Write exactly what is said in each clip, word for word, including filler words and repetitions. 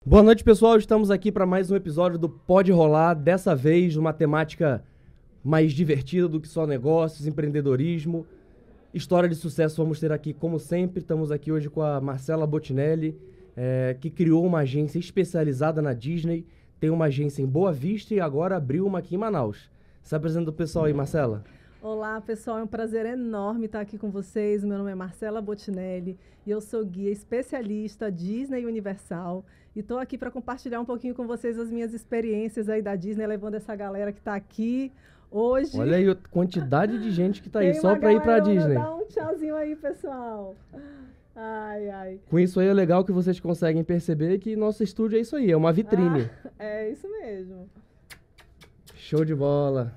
Boa noite, pessoal. Estamos aqui para mais um episódio do Pode Rolar. Dessa vez, uma temática mais divertida do que só negócios, empreendedorismo. História de sucesso vamos ter aqui, como sempre. Estamos aqui hoje com a Marcela Bottinelli, é, que criou uma agência especializada na Disney. Tem uma agência em Boa Vista e agora abriu uma aqui em Manaus. Se apresenta o pessoal aí, Marcela. Olá, pessoal. É um prazer enorme estar aqui com vocês. Meu nome é Marcela Bottinelli e eu sou guia especialista Disney Universal. E estou aqui para compartilhar um pouquinho com vocês as minhas experiências aí da Disney, levando essa galera que está aqui hoje. Olha aí a quantidade de gente que está aí, Tem só para ir para a Disney. Dá um tchauzinho aí, pessoal. Ai, ai. Com isso aí é legal que vocês conseguem perceber que nosso estúdio é isso aí, é uma vitrine. Ah, é isso mesmo. Show de bola.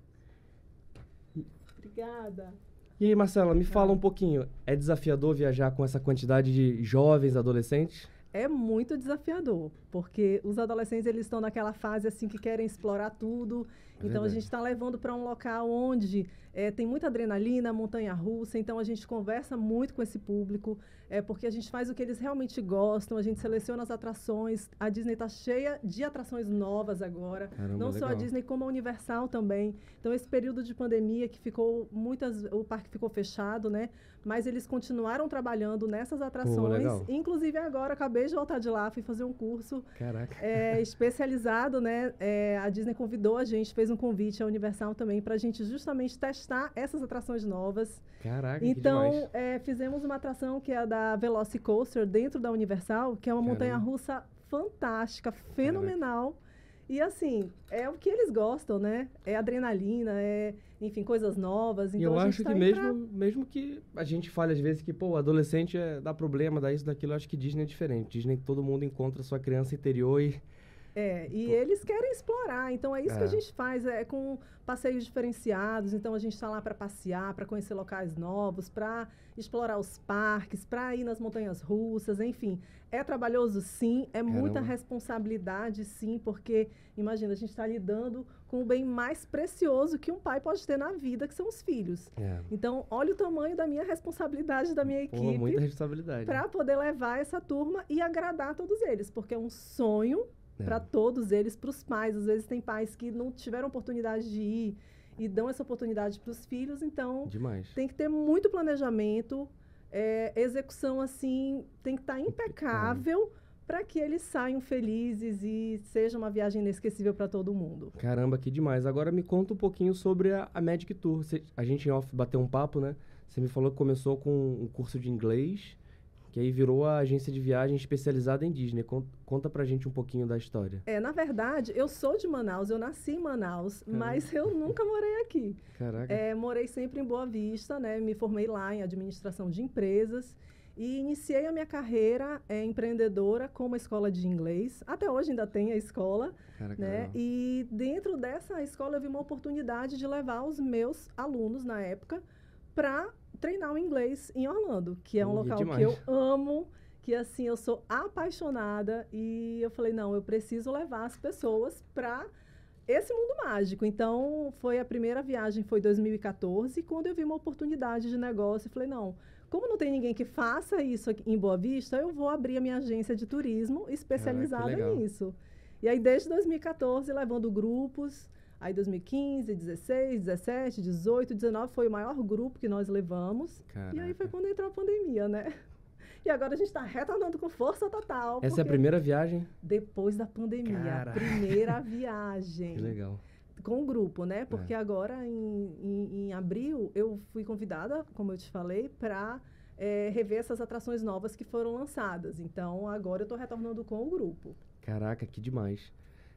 Obrigada. E aí, Marcela, me fala um pouquinho. É desafiador viajar com essa quantidade de jovens, adolescentes? É muito desafiador, porque os adolescentes eles estão naquela fase assim que querem explorar tudo. É então verdade. a gente está levando para um local onde é, tem muita adrenalina, montanha-russa. Então a gente conversa muito com esse público, é, porque a gente faz o que eles realmente gostam. A gente seleciona as atrações. A Disney está cheia de atrações novas agora. Caramba, Não só a legal. Disney como a Universal também. Então esse período de pandemia que ficou muitas, o parque ficou fechado, né? Mas eles continuaram trabalhando nessas atrações. legal. Inclusive agora acabei de voltar de lá, fui fazer um curso Caraca. é, especializado, né? É, a Disney convidou a gente, fez um convite à Universal também para a gente justamente testar essas atrações novas. Caraca, que Então, demais. é, fizemos uma atração que é a da Velocicoaster dentro da Universal, que é uma Caramba. montanha-russa fantástica, fenomenal. E assim, é o que eles gostam, né? É adrenalina, é, enfim, coisas novas. E Então, eu a gente acho tá que aí mesmo, pra- mesmo que a gente fale às vezes que, pô, o adolescente é, dá problema, dá isso, daquilo, eu acho que Disney é diferente. Disney, todo mundo encontra sua criança interior e... É, e eles querem explorar, então é isso que a É. gente faz, é com passeios diferenciados, então a gente está lá para passear, para conhecer locais novos, para explorar os parques, para ir nas montanhas russas, enfim. É trabalhoso sim, é muita Caramba. responsabilidade sim, porque imagina, a gente está lidando com o bem mais precioso que um pai pode ter na vida, que são os filhos. É, Então, olha o tamanho da minha responsabilidade, da minha pô, muita equipe, responsabilidade. para poder levar essa turma e agradar todos eles, porque é um sonho É. para todos eles, para os pais. Às vezes tem pais que não tiveram oportunidade de ir e dão essa oportunidade para os filhos, então Demais. tem que ter muito planejamento, é, execução assim, tem que estar impecável para que eles saiam felizes e seja uma viagem inesquecível para todo mundo. Caramba, que demais. Agora me conta um pouquinho sobre a, a Magic Tour. Você- a gente em off bateu um papo, né? Você me falou que começou com um curso de inglês, que aí virou a agência de viagem especializada em Disney. Con- Conta pra gente um pouquinho da história. É, na verdade, eu sou de Manaus, eu nasci em Manaus, mas eu nunca morei aqui. Caraca. É, morei sempre em Boa Vista, né? Me formei lá em administração de empresas e iniciei a minha carreira é, empreendedora com uma escola de inglês. Até hoje ainda tem a escola, Caraca, né? legal. E dentro dessa escola eu vi uma oportunidade de levar os meus alunos na época para treinar o inglês em Orlando, que é um Ih, local demais. que eu amo, que assim eu sou apaixonada e eu falei não, eu preciso levar as pessoas para esse mundo mágico. Então, foi a primeira viagem, foi em dois mil e quatorze, quando eu vi uma oportunidade de negócio, eu falei, não, como não tem ninguém que faça isso aqui em Boa Vista, eu vou abrir a minha agência de turismo especializada legal. nisso. E aí, desde dois mil e quatorze, levando grupos, aí dois mil e quinze, dezesseis, dezessete, dezoito, dezenove, foi o maior grupo que nós levamos. E aí foi Caraca. quando entrou a pandemia, né? E agora a gente está retornando com força total. Essa é a porque primeira viagem? depois da pandemia, Cara. a primeira viagem Que legal. com o grupo, né? Porque agora, em, em, em abril, eu fui convidada, como eu te falei, para é, rever essas atrações novas que foram lançadas. Então, agora eu estou retornando com o grupo. Caraca, que demais.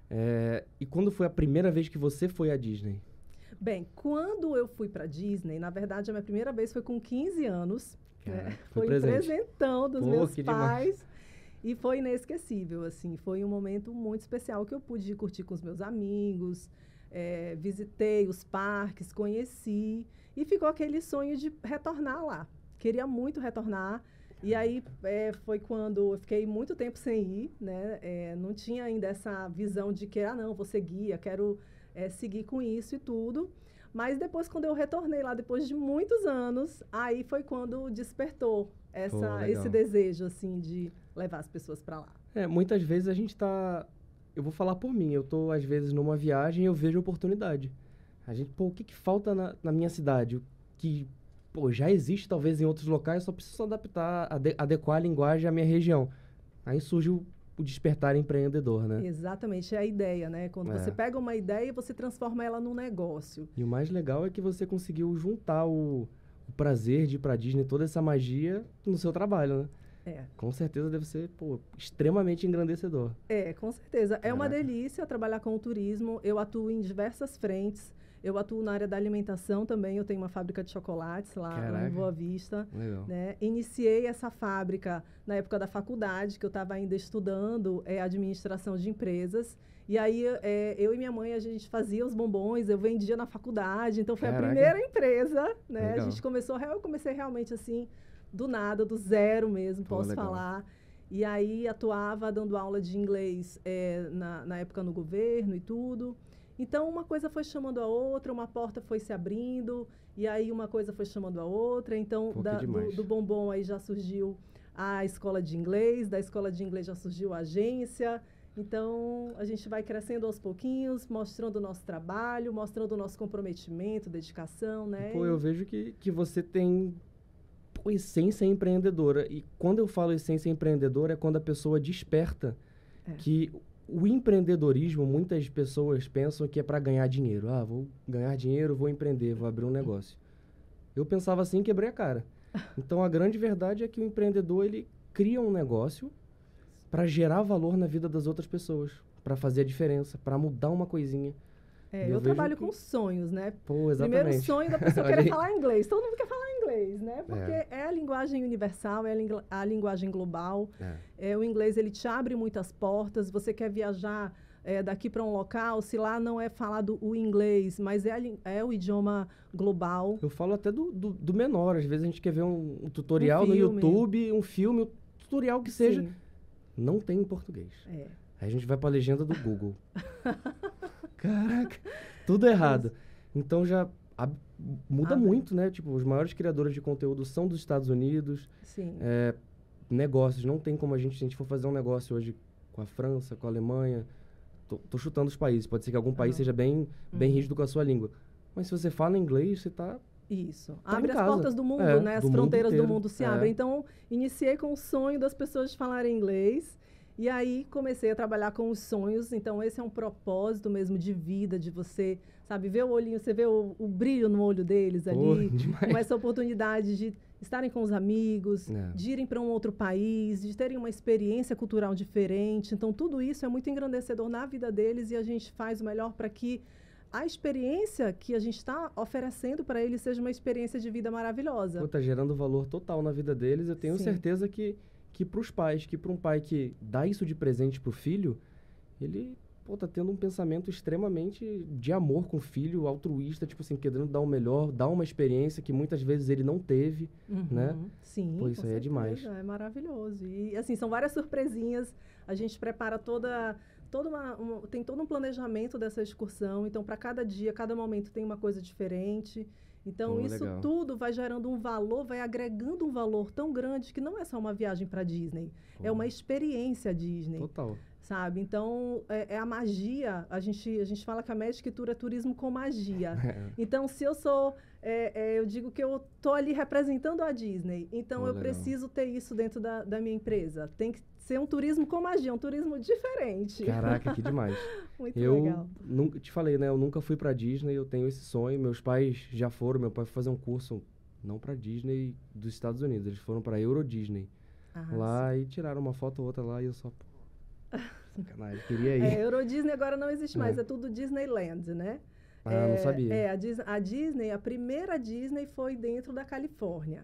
É, e quando foi a primeira vez que você foi à Disney? Bem, quando eu fui para Disney, na verdade, a minha primeira vez foi com quinze anos. Caraca, Né? foi Foi um presente. presentão dos Pô, meus que demais. pais. E foi inesquecível, assim. Foi um momento muito especial que eu pude curtir com os meus amigos. É, visitei os parques, conheci. E ficou aquele sonho de retornar lá. Queria muito retornar. E aí é, foi quando eu fiquei muito tempo sem ir, né? É, não tinha ainda essa visão de que, ah, não, vou seguir, eu quero é, seguir com isso e tudo. Mas depois, quando eu retornei lá, depois de muitos anos, aí foi quando despertou essa, Pô, legal. esse desejo, assim, de levar as pessoas para lá. É, muitas vezes a gente tá... Eu vou falar por mim, eu tô às vezes numa viagem e eu vejo oportunidade. A gente, pô, o que que falta na, na minha cidade? O que, pô, já existe talvez em outros locais, só preciso adaptar, ade- adequar a linguagem à minha região. Aí surge o, o despertar empreendedor, né? Exatamente, é a ideia, né? Quando você É. pega uma ideia e você transforma ela num negócio. E o mais legal é que você conseguiu juntar o, o prazer de ir pra Disney, toda essa magia no seu trabalho, né? É. Com certeza deve ser, pô, extremamente engrandecedor. É, com certeza. É uma Caraca. delícia trabalhar com o turismo. Eu atuo em diversas frentes. Eu atuo na área da alimentação também. Eu tenho uma fábrica de chocolates lá, lá em Caraca. Boa Vista. Legal. Né? Iniciei essa fábrica na época da faculdade, que eu estava ainda estudando é, administração de empresas. E aí, é, eu e minha mãe, a gente fazia os bombons, eu vendia na faculdade. Então, foi Caraca. a primeira empresa, né? Legal. A gente começou, eu comecei realmente assim, do nada, do zero mesmo, Pô, posso legal. falar. E aí, atuava dando aula de inglês é, na, na época no governo e tudo. Então, uma coisa foi chamando a outra, uma porta foi se abrindo, e aí uma coisa foi chamando a outra. Então, Pô, que da- do, demais. do bombom aí já surgiu a escola de inglês, da escola de inglês já surgiu a agência. Então, a gente vai crescendo aos pouquinhos, mostrando o nosso trabalho, mostrando o nosso comprometimento, dedicação, né? Pô, eu vejo que, que você tem, pô, essência empreendedora. E quando eu falo essência empreendedora, é quando a pessoa desperta É. que o empreendedorismo, muitas pessoas pensam que é para ganhar dinheiro. Ah, vou ganhar dinheiro, vou empreender, vou abrir um negócio. Eu pensava assim e quebrei a cara. Então, a grande verdade é que o empreendedor, ele cria um negócio para gerar valor na vida das outras pessoas, para fazer a diferença, para mudar uma coisinha. É, Eu eu vejo trabalho que- com sonhos, né? Pô, exatamente. Primeiro sonho da pessoa Olha querer aí. falar inglês. Todo mundo quer falar inglês, né? Porque É. é, a linguagem universal, é a, lingu- a linguagem global. É. É, o inglês, ele te abre muitas portas. Você quer viajar é, daqui para um local, se lá não é falado o inglês, mas é, a lin- é o idioma global. Eu falo até do, do, do menor. Às vezes a gente quer ver um, um tutorial no filme. YouTube, um filme, um tutorial que seja. Sim, Não tem em português. é. Aí a gente vai pra legenda do Google. Caraca, tudo errado. Então já ab- muda Abre. muito, né? Tipo, os maiores criadores de conteúdo são dos Estados Unidos. Sim. É, negócios, não tem como a gente, se a gente for fazer um negócio hoje com a França, com a Alemanha, tô, tô chutando os países, pode ser que algum país Aham. seja bem, bem Uhum. rígido com a sua língua. Mas se você fala inglês, você tá... Isso. Tá Abre em as casa. portas do mundo, É, né? As do mundo fronteiras do inteiro. mundo se É. abrem. Então, iniciei com o sonho das pessoas de falarem inglês. E aí, comecei a trabalhar com os sonhos. Então, esse é um propósito mesmo de vida, de você, sabe, ver o olhinho, você vê o, o brilho no olho deles Pô, ali. demais. Com essa oportunidade de estarem com os amigos, É. de irem para um outro país, de terem uma experiência cultural diferente. Então, tudo isso é muito engrandecedor na vida deles e a gente faz o melhor para que a experiência que a gente está oferecendo para eles seja uma experiência de vida maravilhosa. Pô, tá gerando valor total na vida deles. Eu tenho Sim. certeza que, que pros pais, que pra um pai que dá isso de presente pro filho, ele, pô, tá tendo um pensamento extremamente de amor com o filho, altruísta, tipo assim, querendo dar o melhor, dar uma experiência que muitas vezes ele não teve, né? Uhum. Sim, Pô, isso com aí é certeza, demais. É maravilhoso. E, assim, são várias surpresinhas. A gente prepara toda... toda uma, um- tem todo um planejamento dessa excursão. Então, para cada dia, cada momento tem uma coisa diferente. Então, Pô, isso legal. tudo vai gerando um valor, vai agregando um valor tão grande que não é só uma viagem para Disney. Pô, É uma experiência Disney. Total. Sabe? Então, é, é a magia. A gente, a gente fala que a Magic Tour é turismo com magia. Então, se eu sou... é, é, eu digo que eu tô ali representando a Disney. Então, Pô, eu legal. preciso ter isso dentro da, da minha empresa. Tem que ser um turismo com magia, um turismo diferente. Caraca, que demais. Muito Eu legal. nunca te falei, né? Eu nunca fui pra Disney, eu tenho esse sonho. Meus pais já foram, meu pai foi fazer um curso, não pra Disney dos Estados Unidos, eles foram pra Euro Disney. Ah, Lá e tiraram uma foto ou outra lá e eu só, pô, sacanagem, queria ir. É, Euro Disney agora não existe mais, É. é tudo Disneyland, né? Ah, é, não sabia. É, a, Dis- a Disney, a primeira Disney foi dentro da Califórnia.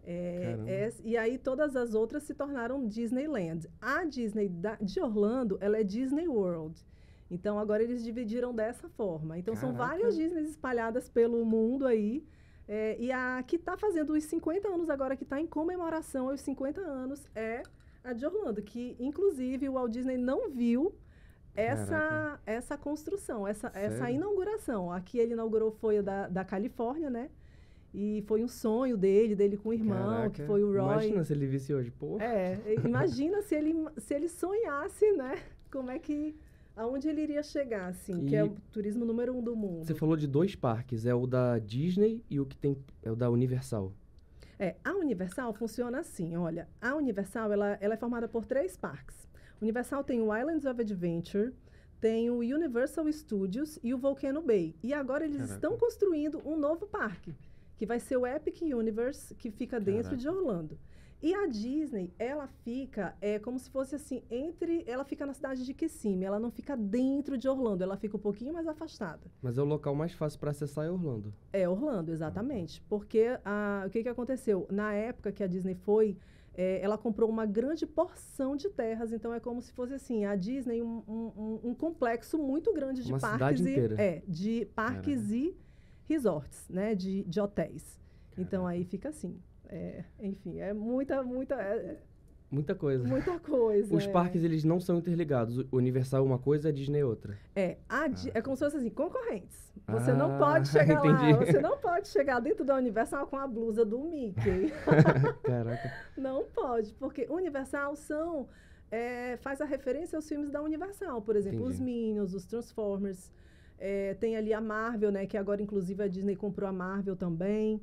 É, Caramba. é, e aí todas as outras se tornaram Disneyland. A Disney da- de Orlando, ela é Disney World. Então agora eles dividiram dessa forma. Então são Caraca. várias Disneys espalhadas pelo mundo aí. É, e a que está fazendo os cinquenta anos agora, que está em comemoração aos cinquenta anos, é a de Orlando, que inclusive o Walt Disney não viu essa, Caraca. essa construção, essa, essa Sério? inauguração. A que ele inaugurou foi a da, da Califórnia, né? E foi um sonho dele, dele com o irmão, Caraca, que foi o Roy. Imagina se ele visse hoje, pô. É, imagina se ele, se ele sonhasse, né? Como é que... Aonde ele iria chegar, assim, E que é o turismo número um do mundo. Você falou de dois parques, é o da Disney e o que tem é o da Universal. É, a Universal funciona assim, olha, a Universal, ela, ela é formada por três parques. Universal tem o Islands of Adventure, tem o Universal Studios e o Volcano Bay. E agora eles Caraca. estão construindo um novo parque, que vai ser o Epic Universe, que fica dentro Caraca. de Orlando. E a Disney, ela fica, é como se fosse assim, entre... Ela fica na cidade de Kissimmee, ela não fica dentro de Orlando, ela fica um pouquinho mais afastada. Mas é o local mais fácil para acessar é Orlando. É Orlando, exatamente. Porque a, o que, que aconteceu? Na época que a Disney foi, é, ela comprou uma grande porção de terras, então é como se fosse assim, a Disney, um, um, um complexo muito grande de Uma parques cidade e, inteira. é, de parques Caraca. e resorts, né? De, de hotéis. Então Caraca. aí fica assim. É, enfim, é muita, muita, é, Muita coisa. muita coisa. Os é. parques, eles não são interligados. O Universal é uma coisa, a Disney é outra. É, a Di- Ah. é como se fosse assim, concorrentes. Você não Ah, pode chegar entendi. lá, você não pode chegar dentro da Universal com a blusa do Mickey. Caraca. Não pode, porque Universal são, é, faz a referência aos filmes da Universal, por exemplo, Entendi. os Minions, os Transformers, é, tem ali a Marvel, né, que agora inclusive a Disney comprou a Marvel também.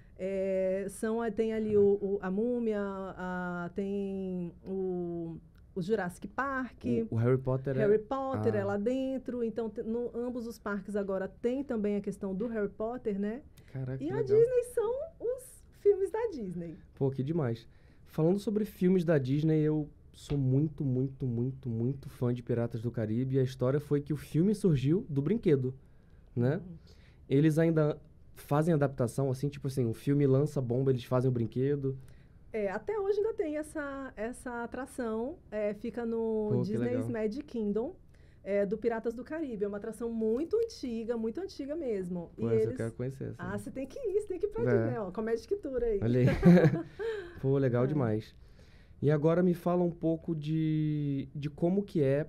É, são, é, tem ali o, o- a Múmia, a- tem o, o Jurassic Park. O, o Harry Potter Harry é... Potter é Ah. lá dentro, então te- no, ambos os parques agora tem também a questão do Harry Potter, né? Caraca, E que a legal. Disney são os filmes da Disney. Pô, que demais. Falando sobre filmes da Disney, eu sou muito, muito, muito, muito fã de Piratas do Caribe. E a história foi que o filme surgiu do brinquedo, né? Eles ainda fazem adaptação, assim, tipo assim, o filme lança bomba, eles fazem o brinquedo. É, até hoje ainda tem essa, essa atração, é, fica no Pô, que Disney's legal. Magic Kingdom, é, do Piratas do Caribe. É uma atração muito antiga, muito antiga mesmo. Pô, e essa eu eles... quero conhecer. Essa. Ah, você tem que ir, você tem que ir pra É. Disney, ó, com a Magic Tour aí. Olha aí. Pô, legal É. demais. E agora me fala um pouco de, de como que é,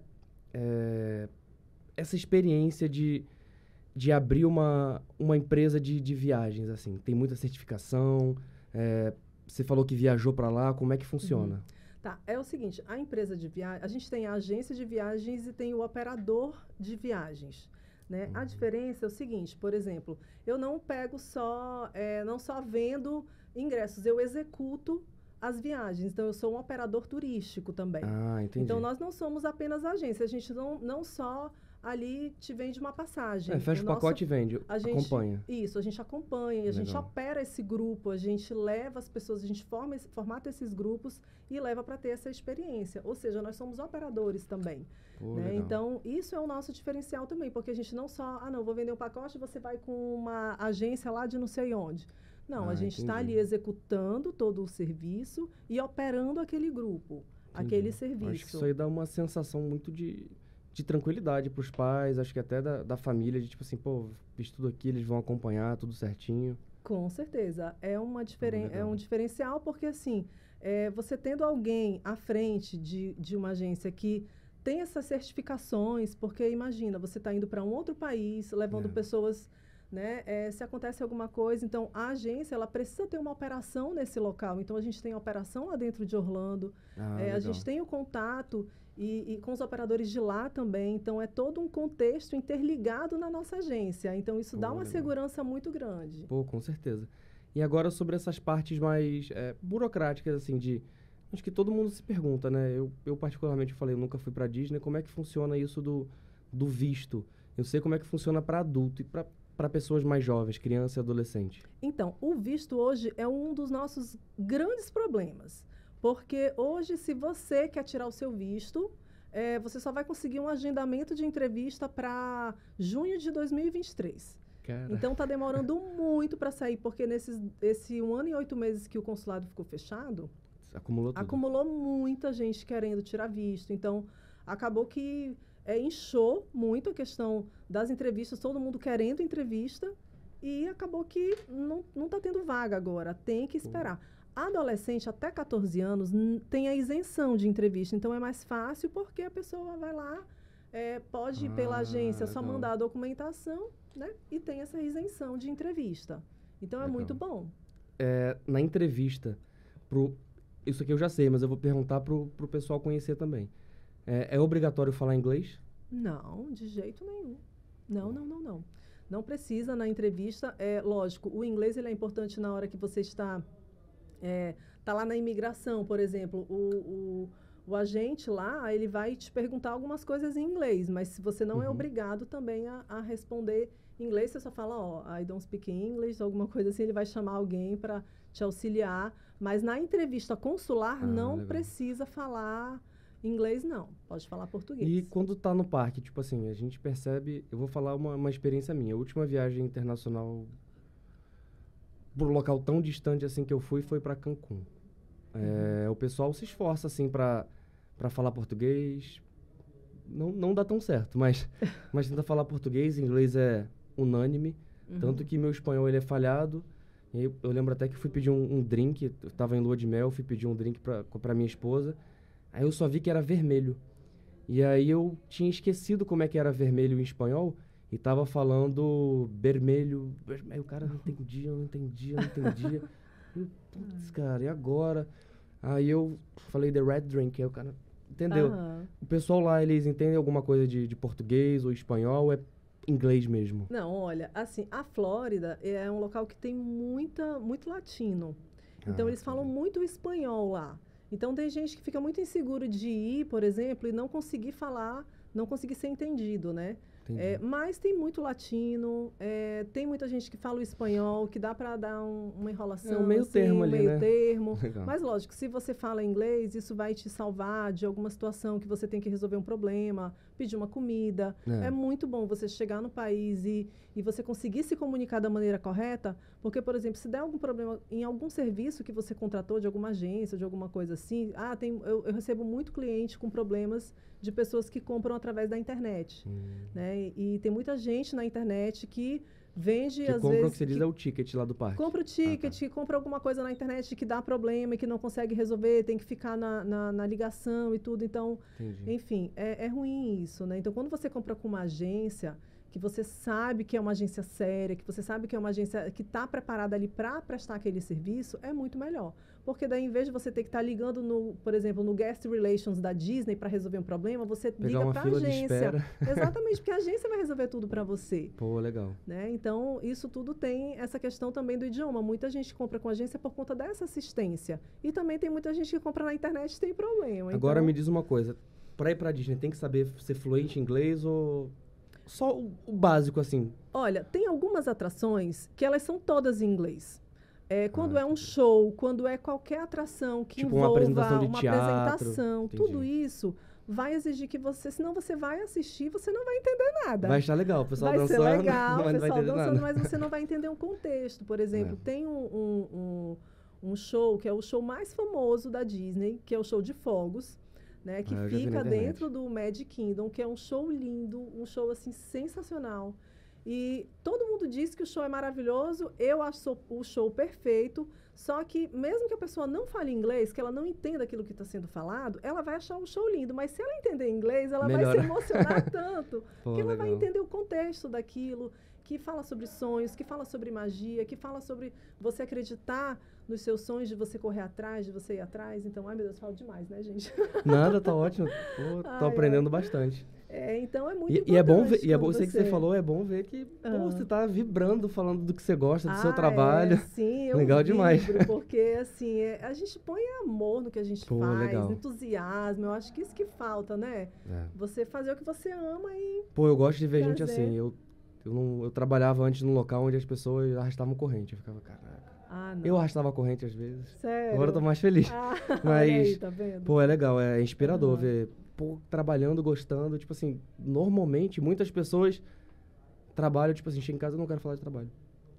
é, essa experiência de, de abrir uma, uma empresa de, de viagens, assim. Tem muita certificação, é, você falou que viajou para lá, como é que funciona? Tá, é o seguinte, a empresa de viagem, a gente tem a agência de viagens e tem o operador de viagens, né? A diferença é o seguinte, por exemplo, eu não pego só, é, não só vendo ingressos, eu executo as viagens, então eu sou um operador turístico também. Ah, entendi. Então nós não somos apenas agência, a gente não, não só ali te vende uma passagem. É, fecha o nosso- pacote e vende, a gente, acompanha. Isso, a gente acompanha, e a gente Legal. opera esse grupo, a gente leva as pessoas, a gente forma esse, formata esses grupos e leva para ter essa experiência. Ou seja, nós somos operadores também. Pô, Né? legal. Então, isso é o nosso diferencial também, porque a gente não só, ah, não, vou vender um pacote, você vai com uma agência lá de não sei onde. Não, Ah, a gente está entendi. ali executando todo o serviço e operando aquele grupo, aquele serviço. Acho que isso aí dá uma sensação muito de, de tranquilidade pros pais, acho que até da, da família, de tipo assim, pô, fiz tudo aqui, eles vão acompanhar, tudo certinho. Com certeza. É, uma diferen é legal. um diferencial porque, assim, é, você tendo alguém à frente de, de uma agência que tem essas certificações, porque imagina, você está indo para um outro país, levando É. pessoas, né? É, se acontece alguma coisa, então a agência ela precisa ter uma operação nesse local. Então a gente tem a operação lá dentro de Orlando, Ah, é, a legal. gente tem o contato e, e com os operadores de lá também. Então é todo um contexto interligado na nossa agência. Então isso Pô, dá uma legal. segurança muito grande. Pô, com certeza. E agora sobre essas partes mais é, burocráticas, assim, de... Acho que todo mundo se pergunta, né? Eu, eu particularmente falei, eu nunca fui pra Disney, como é que funciona isso do, do visto? Eu sei como é que funciona para adulto e para pessoas mais jovens, criança e adolescente. Então, o visto hoje é um dos nossos grandes problemas. Porque hoje, se você quer tirar o seu visto, é, você só vai conseguir um agendamento de entrevista para junho de dois mil e vinte e três. Cara, Então, está demorando muito para sair, porque nesses esse um ano e oito meses que o consulado ficou fechado, acumulou tudo. acumulou muita gente querendo tirar visto. Então, acabou que é, inchou muito a questão das entrevistas, todo mundo querendo entrevista, e acabou que não está tendo vaga agora, tem que esperar. Adolescente até quatorze anos n- tem a isenção de entrevista, então é mais fácil porque a pessoa vai lá, é, pode ir pela Ah, agência, só legal. mandar a documentação, né? E tem essa isenção de entrevista. Então, é Legal. muito bom. É, na entrevista, pro, isso aqui eu já sei, mas eu vou perguntar pro, pro pessoal conhecer também. É, é obrigatório falar inglês? Não, de jeito nenhum. Não, não, não, não. Não precisa na entrevista. É lógico, o inglês ele é importante na hora que você está é, tá lá na imigração, por exemplo. O, o, o agente lá, ele vai te perguntar algumas coisas em inglês, mas se você não Uhum. é obrigado também a, a responder em inglês, você só fala, ó, I don't speak English, alguma coisa assim, ele vai chamar alguém para te auxiliar. Mas na entrevista consular, Ah, não legal. precisa falar inglês, não. Pode falar português. E quando tá no parque, tipo assim, a gente percebe... Eu vou falar uma, uma experiência minha. A última viagem internacional pro local tão distante assim que eu fui foi para Cancún. É, o pessoal se esforça assim para para falar português. Não, não dá tão certo, mas, mas tenta falar português. Inglês é unânime. Uhum. Tanto que meu espanhol ele é falhado. E aí eu lembro até que fui pedir um, um drink. Eu tava em lua de mel, fui pedir um drink pra, pra minha esposa. Aí eu só vi que era vermelho. E aí eu tinha esquecido como é que era vermelho em espanhol. E tava falando vermelho. Aí o cara não entendia, não entendia, não entendia. Eu, putz, cara, e agora? Aí eu falei the red drink. Aí o cara, entendeu? Aham. O pessoal lá, eles entendem alguma coisa de, de português ou espanhol? Ou é inglês mesmo? Não, olha, assim, a Flórida é um local que tem muita, muito latino. Então, Ah, eles falam entendi. muito espanhol lá. Então, tem gente que fica muito inseguro de ir, por exemplo, e não conseguir falar, não conseguir ser entendido, né? Entendi. É, mas tem muito latino, é, tem muita gente que fala o espanhol, que dá para dar um- uma enrolação, É um meio assim, termo um ali, meio né? termo. Legal. Mas, lógico, se você fala inglês, isso vai te salvar de alguma situação que você tem que resolver um problema, pedir uma comida. É. É muito bom você chegar no país e, e você conseguir se comunicar da maneira correta, porque, por exemplo, se der algum problema em algum serviço que você contratou de alguma agência, de alguma coisa assim, ah, tem, eu, eu recebo muito cliente com problemas de pessoas que compram através da internet, Hum. né? E, e tem muita gente na internet que vende, Que às compram o vezes, que você diz é o ticket lá do parque. compra o ticket, Ah, tá. que compra alguma coisa na internet que dá problema e que não consegue resolver, tem que ficar na, na, na ligação e tudo. Então, Entendi. enfim, é, é ruim isso, né? Então, quando você compra com uma agência, que você sabe que é uma agência séria, que você sabe que é uma agência que está preparada ali para prestar aquele serviço, é muito melhor. Porque daí, em vez de você ter que estar ligando, no, por exemplo, no Guest Relations da Disney para resolver um problema, você Pegar liga uma para a fila de agência. espera. Exatamente, porque a agência vai resolver tudo para você. Pô, legal. Né? Então, isso tudo tem essa questão também do idioma. Muita gente compra com agência por conta dessa assistência. E também tem muita gente que compra na internet e tem problema. Agora então, me diz uma coisa. Pra ir pra Disney, tem que saber ser fluente em inglês ou... Só o, o básico, assim. olha, tem algumas atrações que elas são todas em inglês. É, quando Ah, é um entendi. show, quando é qualquer atração que Tipo uma envolva apresentação de uma teatro. apresentação, tudo Entendi. isso vai exigir que você, senão você vai assistir, você não vai entender nada. Vai estar legal, o pessoal Vai ser dançando, legal, o mas não vai pessoal entender dançando, nada. mas você não vai entender o contexto. Por exemplo, É. tem um, um, um, um show que é o show mais famoso da Disney, que é o show de fogos, né? Que Ah, eu já vi na fica internet. dentro do Magic Kingdom, que é um show lindo, um show assim sensacional. E todo mundo diz que o show é maravilhoso, eu acho o show perfeito, só que mesmo que a pessoa não fale inglês, que ela não entenda aquilo que está sendo falado, ela vai achar o show lindo, mas se ela entender inglês, ela vai Melhora. se emocionar tanto, Pô, porque ela vai legal. entender o contexto daquilo, que fala sobre sonhos, que fala sobre magia, que fala sobre você acreditar nos seus sonhos, de você correr atrás, de você ir atrás. Então, ai meu Deus, falo demais, né, gente? Nada, tá ótimo. Pô, tô Ai, aprendendo ai. bastante. É, então é muito E, importante. e é bom ver, e é bom, quando eu sei que você falou, é bom ver que pô, Ah. você tá vibrando, falando do que você gosta, do seu Ah, trabalho. É, sim, eu Legal demais. vibro, porque assim, é, a gente põe amor no que a gente Pô, faz, legal. entusiasmo, eu acho que isso que falta, né? É. Você fazer o que você ama e... Pô, eu gosto de ver gente Prazer. assim. Eu, eu, não, eu trabalhava antes num local onde as pessoas arrastavam corrente. Eu ficava, caraca. Ah, não. Eu arrastava corrente às vezes. Sério? Agora eu tô mais feliz. Ah, Mas, olha aí, tá vendo? Pô, é legal, é inspirador Aham. ver, pô, trabalhando, gostando. Tipo assim, normalmente, muitas pessoas trabalham, tipo assim, chega em casa, eu não quero falar de trabalho.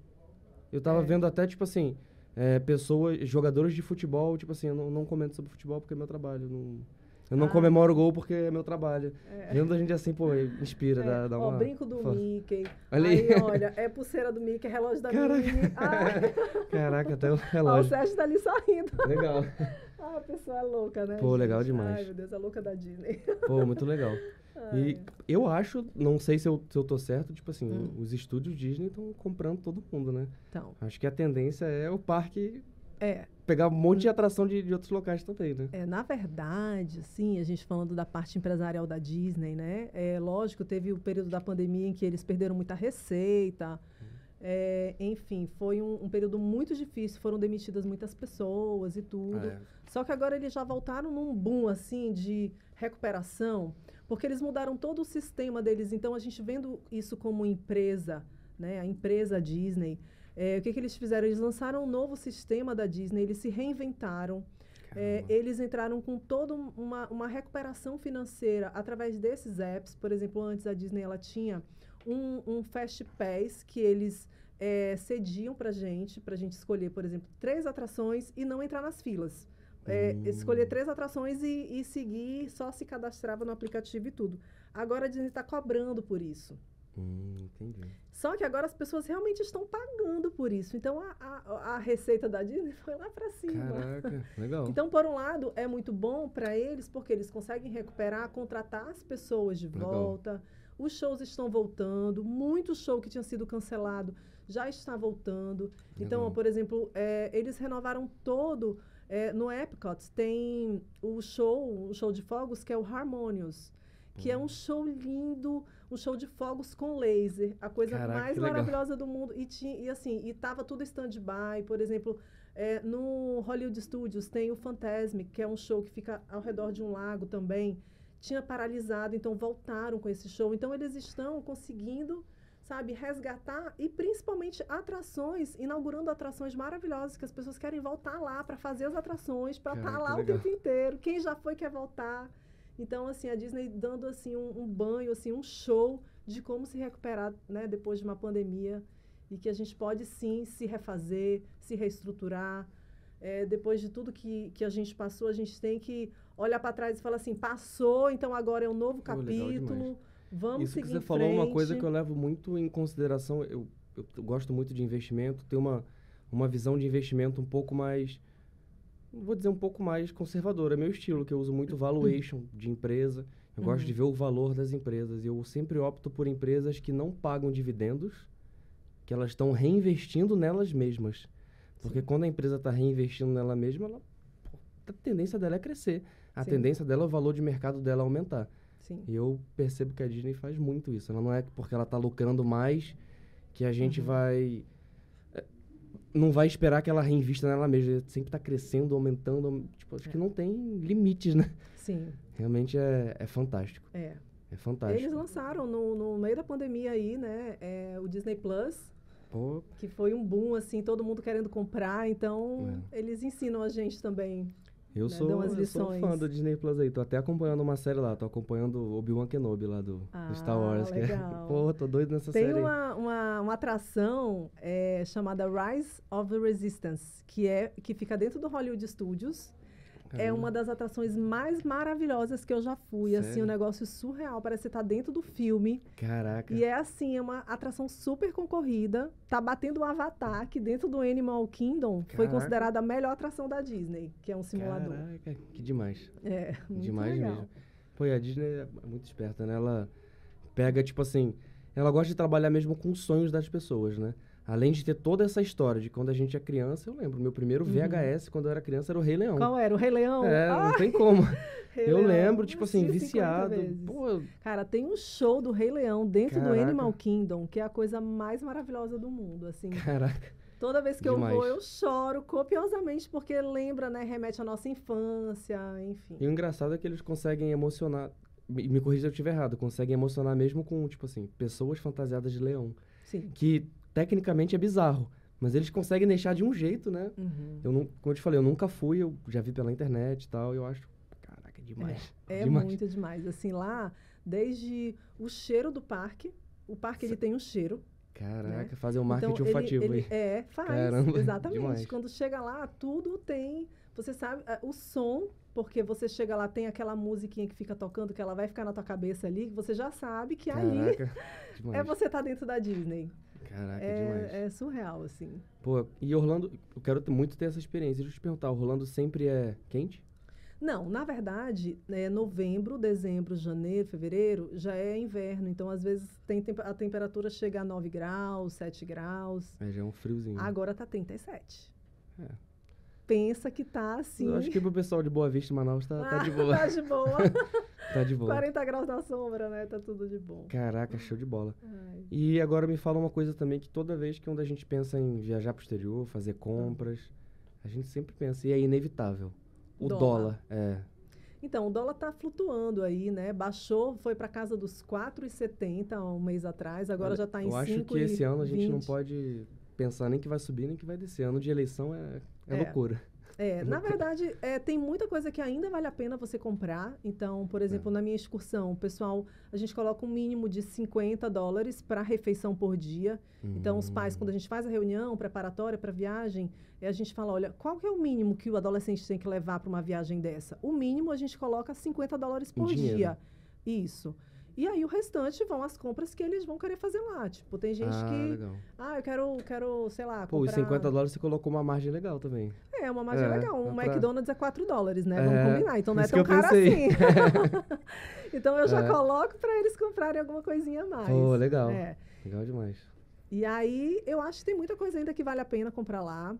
Eu tava É. vendo até, tipo assim, é, pessoas, jogadores de futebol, tipo assim, eu não, não comento sobre futebol porque é meu trabalho. Não, eu não Ah. comemoro gol porque é meu trabalho. É. Vendo a gente assim, pô, inspira, É, dá, dá ó, uma... brinco do Fala. Mickey. Olha aí. aí. olha, é pulseira do Mickey, relógio da Caraca. Minnie. Ai, Caraca, até o ó, o relógio. Sérgio tá ali sorrindo. Legal. Ah, a pessoa é louca, né? Pô, legal gente? demais. Ai, meu Deus, é louca da Disney. Pô, muito legal. E É. eu acho, não sei se eu, se eu tô certo, tipo assim, Hum. os estúdios Disney estão comprando todo mundo, né? Então, Acho que a tendência é o parque é, pegar um monte de atração de, de outros locais também, né? é, na verdade, assim, a gente falando da parte empresarial da Disney, né? É lógico, teve o período da pandemia em que eles perderam muita receita. É, enfim, foi um, um período muito difícil, foram demitidas muitas pessoas e tudo. Ah, é. Só que agora eles já voltaram num boom, assim, de recuperação, porque eles mudaram todo o sistema deles. Então, a gente vendo isso como empresa, né? A empresa Disney, é, o que, que eles fizeram? Eles lançaram um novo sistema da Disney, eles se reinventaram. É, Caramba. eles entraram com toda um- uma, uma recuperação financeira através desses apps. Por exemplo, antes a Disney ela tinha um, um Fast Pass que eles é, cediam para gente, para a gente escolher, por exemplo, três atrações e não entrar nas filas. É, Hum. escolher três atrações e, e seguir, só se cadastrava no aplicativo e tudo. Agora a Disney está cobrando por isso. Hum, entendi. Só que agora as pessoas realmente estão pagando por isso. Então a, a, a receita da Disney foi lá para cima. Caraca, legal. Então, por um lado, é muito bom para eles, porque eles conseguem recuperar, contratar as pessoas de Legal. volta. Os shows estão voltando. Muito show que tinha sido cancelado já está voltando. Então, Legal. por exemplo, é, eles renovaram todo. É, no Epcot tem o show, o show de fogos, que é o Harmonious, que é um show lindo, um show de fogos com laser, a coisa Caraca, mais que legal. maravilhosa do mundo. E, tinha, e assim, e tava tudo stand-by, por exemplo, é, no Hollywood Studios tem o Fantasmic, que é um show que fica ao redor de um lago também. Tinha paralisado, então voltaram com esse show. Então eles estão conseguindo, sabe, resgatar e principalmente atrações, inaugurando atrações maravilhosas que as pessoas querem voltar lá para fazer as atrações, para estar Caraca, lá o legal. tempo inteiro. Quem já foi quer voltar. Então, assim, a Disney dando assim um, um banho, assim, um show de como se recuperar, né, depois de uma pandemia e que a gente pode sim se refazer, se reestruturar. É, depois de tudo que, que a gente passou, a gente tem que olhar para trás e falar assim, passou, então agora é um novo Pô, legal capítulo, demais. vamos Isso que seguir você em falou é uma coisa frente. que eu levo muito em consideração. Eu, eu t- gosto muito de investimento, tenho uma, uma visão de investimento um pouco mais, não vou dizer um pouco mais conservadora, é meu estilo, que eu uso muito valuation de empresa. Eu gosto Uhum. de ver o valor das empresas. Eu sempre opto por empresas que não pagam dividendos, que elas estão reinvestindo nelas mesmas. Porque Sim. quando a empresa está reinvestindo nela mesma, ela, pô, a tendência dela é crescer. A Sim. tendência dela é o valor de mercado dela aumentar. Sim. E eu percebo que a Disney faz muito isso. Ela não é porque ela está lucrando mais que a gente Uhum. vai... é, não vai esperar que ela reinvista nela mesma. Ela sempre está crescendo, aumentando. aum- Tipo, acho É. que não tem limites, né? Sim, Realmente é, é fantástico. é. É fantástico. Eles lançaram no, no meio da pandemia aí, né, é, o Disney Plus, Pô, que foi um boom, assim, todo mundo querendo comprar, então É. eles ensinam a gente também. eu Né, sou, dão as eu sou lições. fã do Disney Plus aí. Tô até acompanhando uma série lá. Tô acompanhando Obi-Wan Kenobi lá do, do Star Ah, Wars. Que é, legal. pô, tô doido nessa Tem série aí. uma, uma, uma atração é, chamada Rise of the Resistance, que, é, que fica dentro do Hollywood Studios. É Caramba. uma das atrações mais maravilhosas que eu já fui, assim, Sério? um negócio surreal, parece que você tá dentro do filme. Caraca. E é assim, é uma atração super concorrida, tá batendo o Avatar, que dentro do Animal Kingdom foi Caraca. considerada a melhor atração da Disney, que é um simulador. Caraca, que demais. É, muito demais legal. mesmo. Pô, e a Disney é muito esperta, né? Ela pega, tipo assim... Ela gosta de trabalhar mesmo com os sonhos das pessoas, né? Além de ter toda essa história de quando a gente é criança, eu lembro, meu primeiro Uhum. V H S quando eu era criança era o Rei Leão. Qual era? O Rei Leão? É, Ah, não tem como. Rei Eu Leão. lembro, tipo assim, Assisti cinquenta viciado. vezes. Pô, Cara, tem um show do Rei Leão dentro do Caraca. Animal Kingdom, que é a coisa mais maravilhosa do mundo, assim. caraca. Toda vez que eu Demais. vou, eu choro copiosamente, porque lembra, né, remete à nossa infância, enfim. E o engraçado é que eles conseguem emocionar... Me, me corrija se eu estiver errado. Conseguem emocionar mesmo com, tipo assim, pessoas fantasiadas de leão. Sim. Que, tecnicamente, é bizarro. Mas eles conseguem deixar de um jeito, né? Uhum. Eu não, como eu te falei, eu nunca fui, eu já vi pela internet e tal, e eu acho, caraca, é demais. É demais. muito demais. Assim, lá, desde o cheiro do parque, o parque ele tem um cheiro. Caraca, fazer um marketing Então, ele- olfativo ele, aí. É, faz. Caramba, Exatamente. demais. Quando chega lá, tudo tem. Você sabe, eh, o som, porque você chega lá, tem aquela musiquinha que fica tocando, que ela vai ficar na tua cabeça ali, que você já sabe que ali Caraca, demais. é você tá dentro da Disney. Caraca, demais. É, é surreal, assim. Pô, e Orlando, eu quero ter- muito ter essa experiência. Deixa eu te perguntar, Orlando sempre é quente? Não, na verdade, é, novembro, dezembro, janeiro, fevereiro, já é inverno. Então, às vezes, tem temp- a temperatura chega a nove graus, sete graus. É, já é um friozinho. Agora tá trinta e sete. É. Pensa que tá assim... Eu acho que pro pessoal de Boa Vista, Manaus, tá, tá de boa. Tá de boa. Tá de boa. quarenta graus na sombra, né? Tá tudo de bom. Caraca, show de bola. Ai. E agora me fala uma coisa também, que toda vez que quando a gente pensa em viajar pro exterior, fazer compras, a gente sempre pensa, e é inevitável, o Dólar. dólar. É. Então, o dólar tá flutuando aí, né? Baixou, foi para casa dos quatro e setenta há um mês atrás, agora Olha, já tá em eu acho cinco que esse e ano a gente não vinte. pode pensar nem que vai subir, nem que vai descer. Ano de eleição é, é, É. loucura. É, na verdade, é, tem muita coisa que ainda vale a pena você comprar. Então, por exemplo, na minha excursão, o pessoal, a gente coloca um mínimo de cinquenta dólares para refeição por dia. Então, os pais, quando a gente faz a reunião preparatória para a viagem, é, a gente fala, olha, qual que é o mínimo que o adolescente tem que levar para uma viagem dessa? O mínimo a gente coloca cinquenta dólares por dinheiro. dia. Isso. E aí o restante vão as compras que eles vão querer fazer lá. Tipo, tem gente Ah, que... legal. Ah, eu quero, quero, sei lá, Pô, os comprar... cinquenta dólares você colocou uma margem legal também. É, uma margem É, legal. Um dá pra- McDonald's é quatro dólares, né? É, Vamos combinar. Então não é isso tão que eu caro pensei. assim. Então eu já É. coloco para eles comprarem alguma coisinha a mais. Pô, legal. É. Legal demais. E aí eu acho que tem muita coisa ainda que vale a pena comprar lá.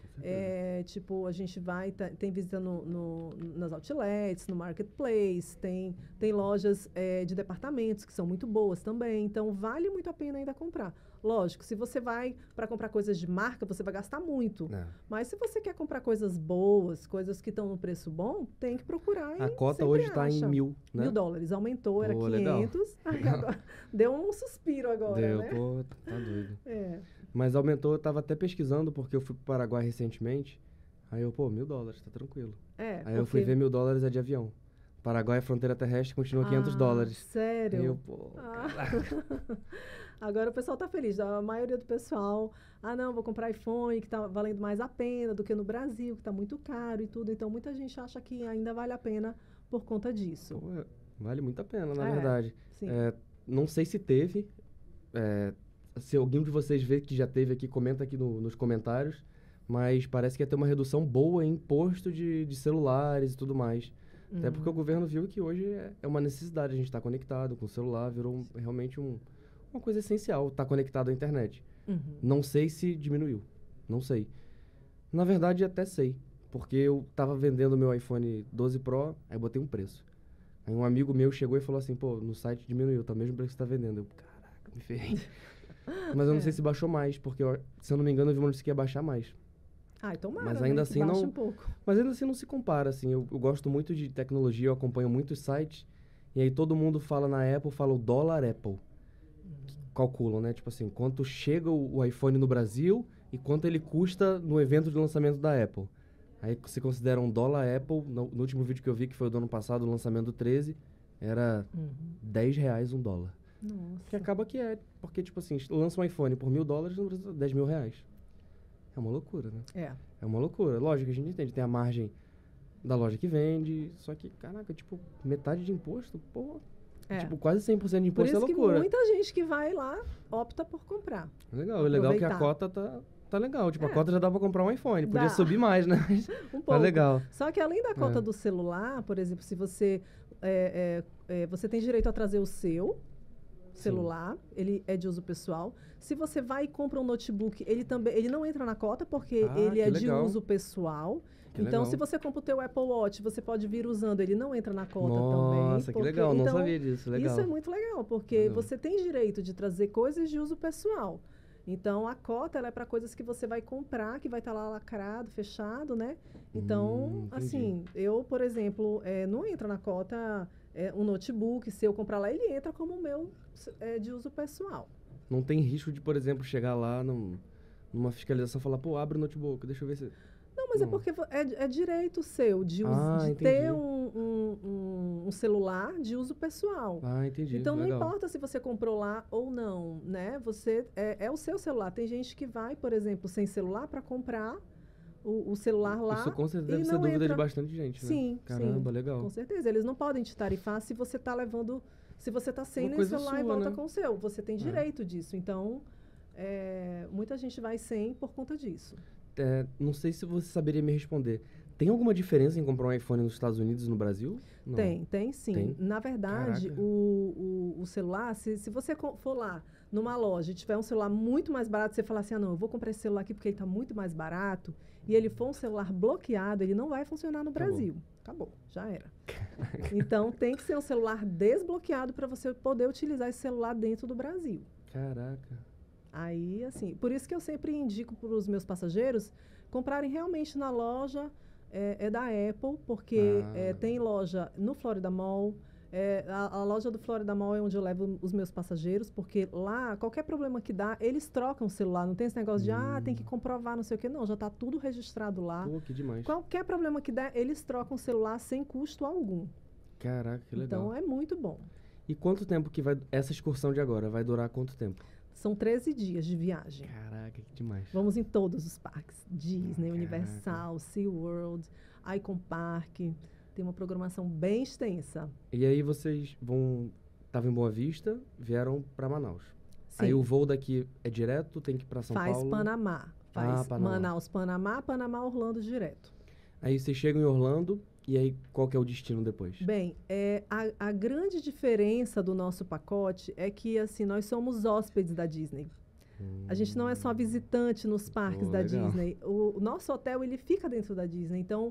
É, tipo, a gente vai, tá- tem visita no, no- nas outlets, no marketplace, tem, tem lojas é, de departamentos que são muito boas também. Então, vale muito a pena ainda comprar. Lógico, se você vai para comprar coisas de marca, você vai gastar muito. É. Mas se você quer comprar coisas boas, coisas que estão no preço bom, tem que procurar. A e cota sempre hoje tá em acha. mil, né? Mil dólares. Aumentou, era Pô, legal. quinhentos. Aí agora, deu um suspiro agora, Deu, né? pô, tá doido. É. Mas aumentou, eu tava até pesquisando, porque eu fui pro Paraguai recentemente. Aí eu, pô, mil dólares, tá tranquilo. É, Aí eu fui porque- ver mil dólares é de avião. Paraguai, fronteira terrestre, continua quinhentos Ah, dólares. Sério? Aí eu, pô, Ah. caraca. Agora o pessoal tá feliz. A maioria do pessoal, ah, não, vou comprar iPhone, que tá valendo mais a pena do que no Brasil, que tá muito caro e tudo. Então, muita gente acha que ainda vale a pena por conta disso. Pô, vale muito a pena, na É, verdade. Sim. É, não sei se teve. é, se alguém de vocês vê que já teve aqui, comenta aqui no- nos comentários. Mas parece que ia ter uma redução boa em imposto de, de celulares e tudo mais. Até porque o governo viu que hoje é, é uma necessidade a gente estar conectado com o celular, virou um- realmente um- uma coisa essencial estar conectado à internet. Uhum. Não sei se diminuiu, não sei. Na verdade, até sei, porque eu tava vendendo meu iPhone doze Pro, aí botei um preço. Aí um amigo meu chegou e falou assim, pô, no site diminuiu, tá o mesmo preço que você tá vendendo. Eu, caraca, me ferrei. Mas eu não É. sei se baixou mais, porque eu- se eu não me engano eu vi uma notícia que ia baixar mais. Ah, tomara, Mas né, ainda que assim baixe não- um pouco. Mas ainda assim não se compara, assim. Eu, eu gosto muito de tecnologia, eu acompanho muitos sites. E aí todo mundo fala na Apple, fala o dólar Apple. Calculam, né? Tipo assim, quanto chega o, o iPhone no Brasil e quanto ele custa no evento de lançamento da Apple. Aí se considera um dólar Apple, no, no último vídeo que eu vi, que foi o do ano passado, o lançamento do treze, era Uhum. dez reais um dólar. Nossa. Que acaba que é, porque tipo assim, lança um iPhone por mil dólares, no Brasil, dez mil reais. É uma loucura, né? É. É uma loucura. Lógico, a gente entende. Tem a margem da loja que vende. Só que, caraca, tipo, metade de imposto, pô. É. Tipo, quase cem por cento de Por imposto é isso que loucura. muita gente que vai lá opta por comprar. Legal. O legal é que a aproveitar. cota tá, tá legal. Tipo, É. a cota já dá pra comprar um iPhone. Podia Dá. subir mais, né? Mas Um tá pouco. legal. Só que além da cota É. do celular, por exemplo, se você é, é, é, você tem direito a trazer o seu celular, ele é de uso pessoal. Se você vai e compra um notebook, ele também ele não entra na cota porque Ah, ele que é de legal. uso pessoal. Que então, legal. se você compra o teu Apple Watch, você pode vir usando, ele não entra na cota também. Nossa, que porque- legal. Não então, sabia disso. Legal. Isso é muito legal, porque Legal. você tem direito de trazer coisas de uso pessoal. Então, a cota ela é para coisas que você vai comprar, que vai estar lá lacrado, fechado, né? Então, Hum, entendi. assim, eu, por exemplo, eh, não entra na cota eh, um notebook, se eu comprar lá, ele entra como o meu eh, de uso pessoal. Não tem risco de, por exemplo, chegar lá num- numa fiscalização e falar, pô, abre o notebook, deixa eu ver se... Não, mas é Não. porque vo- é, é direito seu de, us- Ah, de entendi. ter um, um- um- um celular de uso pessoal. Ah, entendi. Então, legal. não importa se você comprou lá ou não, né? Você, é, é o seu celular. Tem gente que vai, por exemplo, sem celular para comprar o, o celular lá. Isso com certeza e deve ser não dúvida entra- de bastante gente, né? Sim, Caramba, sim. legal. Com certeza. Eles não podem te tarifar se você está levando... Se você está sem Uma nem coisa celular e sua, volta né? com o seu. Você tem É. direito disso. Então, é, muita gente vai sem por conta disso. É, não sei se você saberia me responder. Tem alguma diferença em comprar um iPhone nos Estados Unidos e no Brasil? Não. Tem, tem sim. Tem? Na verdade, o, o, o celular, se, se você for lá numa loja e tiver um celular muito mais barato, você falar assim, ah, não, eu vou comprar esse celular aqui porque ele está muito mais barato, e ele for um celular bloqueado, ele não vai funcionar no Acabou. Brasil. Acabou, já era. Então, tem que ser um celular desbloqueado para você poder utilizar esse celular dentro do Brasil. Caraca. Aí, assim, por isso que eu sempre indico para os meus passageiros comprarem realmente na loja é, é da Apple, porque Ah. é, tem loja no Florida Mall. É, a, a loja do Florida Mall é onde eu levo os meus passageiros, porque lá, qualquer problema que dá, eles trocam o celular. Não tem esse negócio de, ah, tem que comprovar, não sei o quê. Não, já está tudo registrado lá. Pô, que demais. Qualquer problema que der, eles trocam o celular sem custo algum. Caraca, que legal. Então, é muito bom. E quanto tempo que vai... Essa excursão de agora vai durar quanto tempo? São treze dias de viagem. Caraca, que demais. Vamos em todos os parques. Disney, Caraca. Universal, SeaWorld, Icon Park. Tem uma programação bem extensa. E aí vocês vão... Estavam em Boa Vista, vieram para Manaus. Sim. Aí o voo daqui é direto, tem que ir para São Faz Paulo? Panamá. Faz Ah, Panamá. Manaus, Panamá, Panamá, Orlando direto. Aí vocês chegam em Orlando, e aí qual que é o destino depois? Bem, é, a, a grande diferença do nosso pacote é que, assim, nós somos hóspedes da Disney. Hum. A gente não é só visitante nos parques Pô, da legal. Disney. O, o nosso hotel, ele fica dentro da Disney. Então,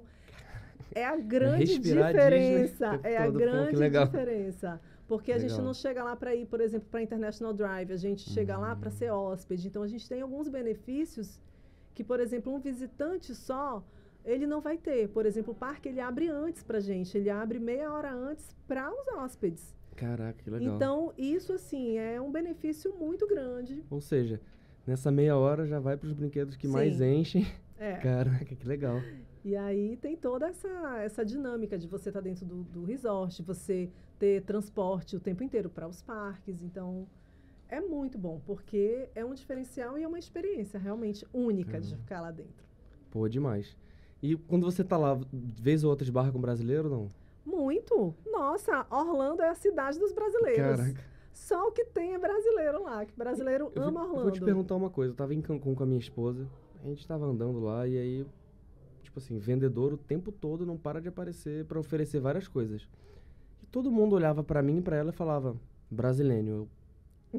é a grande respirar diferença. Disney o tempo É a todo. Pô, que grande legal. diferença. Porque a gente Legal. não chega lá para ir, por exemplo, para International Drive. A gente chega lá para Hum. ser hóspede. Então, a gente tem alguns benefícios que, por exemplo, um visitante só, ele não vai ter. Por exemplo, o parque, ele abre antes para gente. Ele abre meia hora antes para os hóspedes. Caraca, que legal. Então, isso, assim, é um benefício muito grande. Ou seja, nessa meia hora já vai para os brinquedos que Sim. mais enchem. É. Caraca, que legal. E aí tem toda essa, essa dinâmica de você estar dentro do, do resort, você ter transporte o tempo inteiro para os parques. Então, é muito bom, porque é um diferencial e é uma experiência realmente única de Uhum. ficar lá dentro. Pô, demais. E quando você tá lá, vez ou outra esbarra com brasileiro, não? Muito! Nossa, Orlando é a cidade dos brasileiros. Caraca. Só o que tem é brasileiro lá, que brasileiro Eu vou- ama eu Orlando. vou te perguntar uma coisa. Eu tava em Cancún com a minha esposa, a gente tava andando lá e aí, tipo assim, vendedor o tempo todo não para de aparecer pra oferecer várias coisas. E todo mundo olhava pra mim e pra ela e falava, brasileiro. Eu,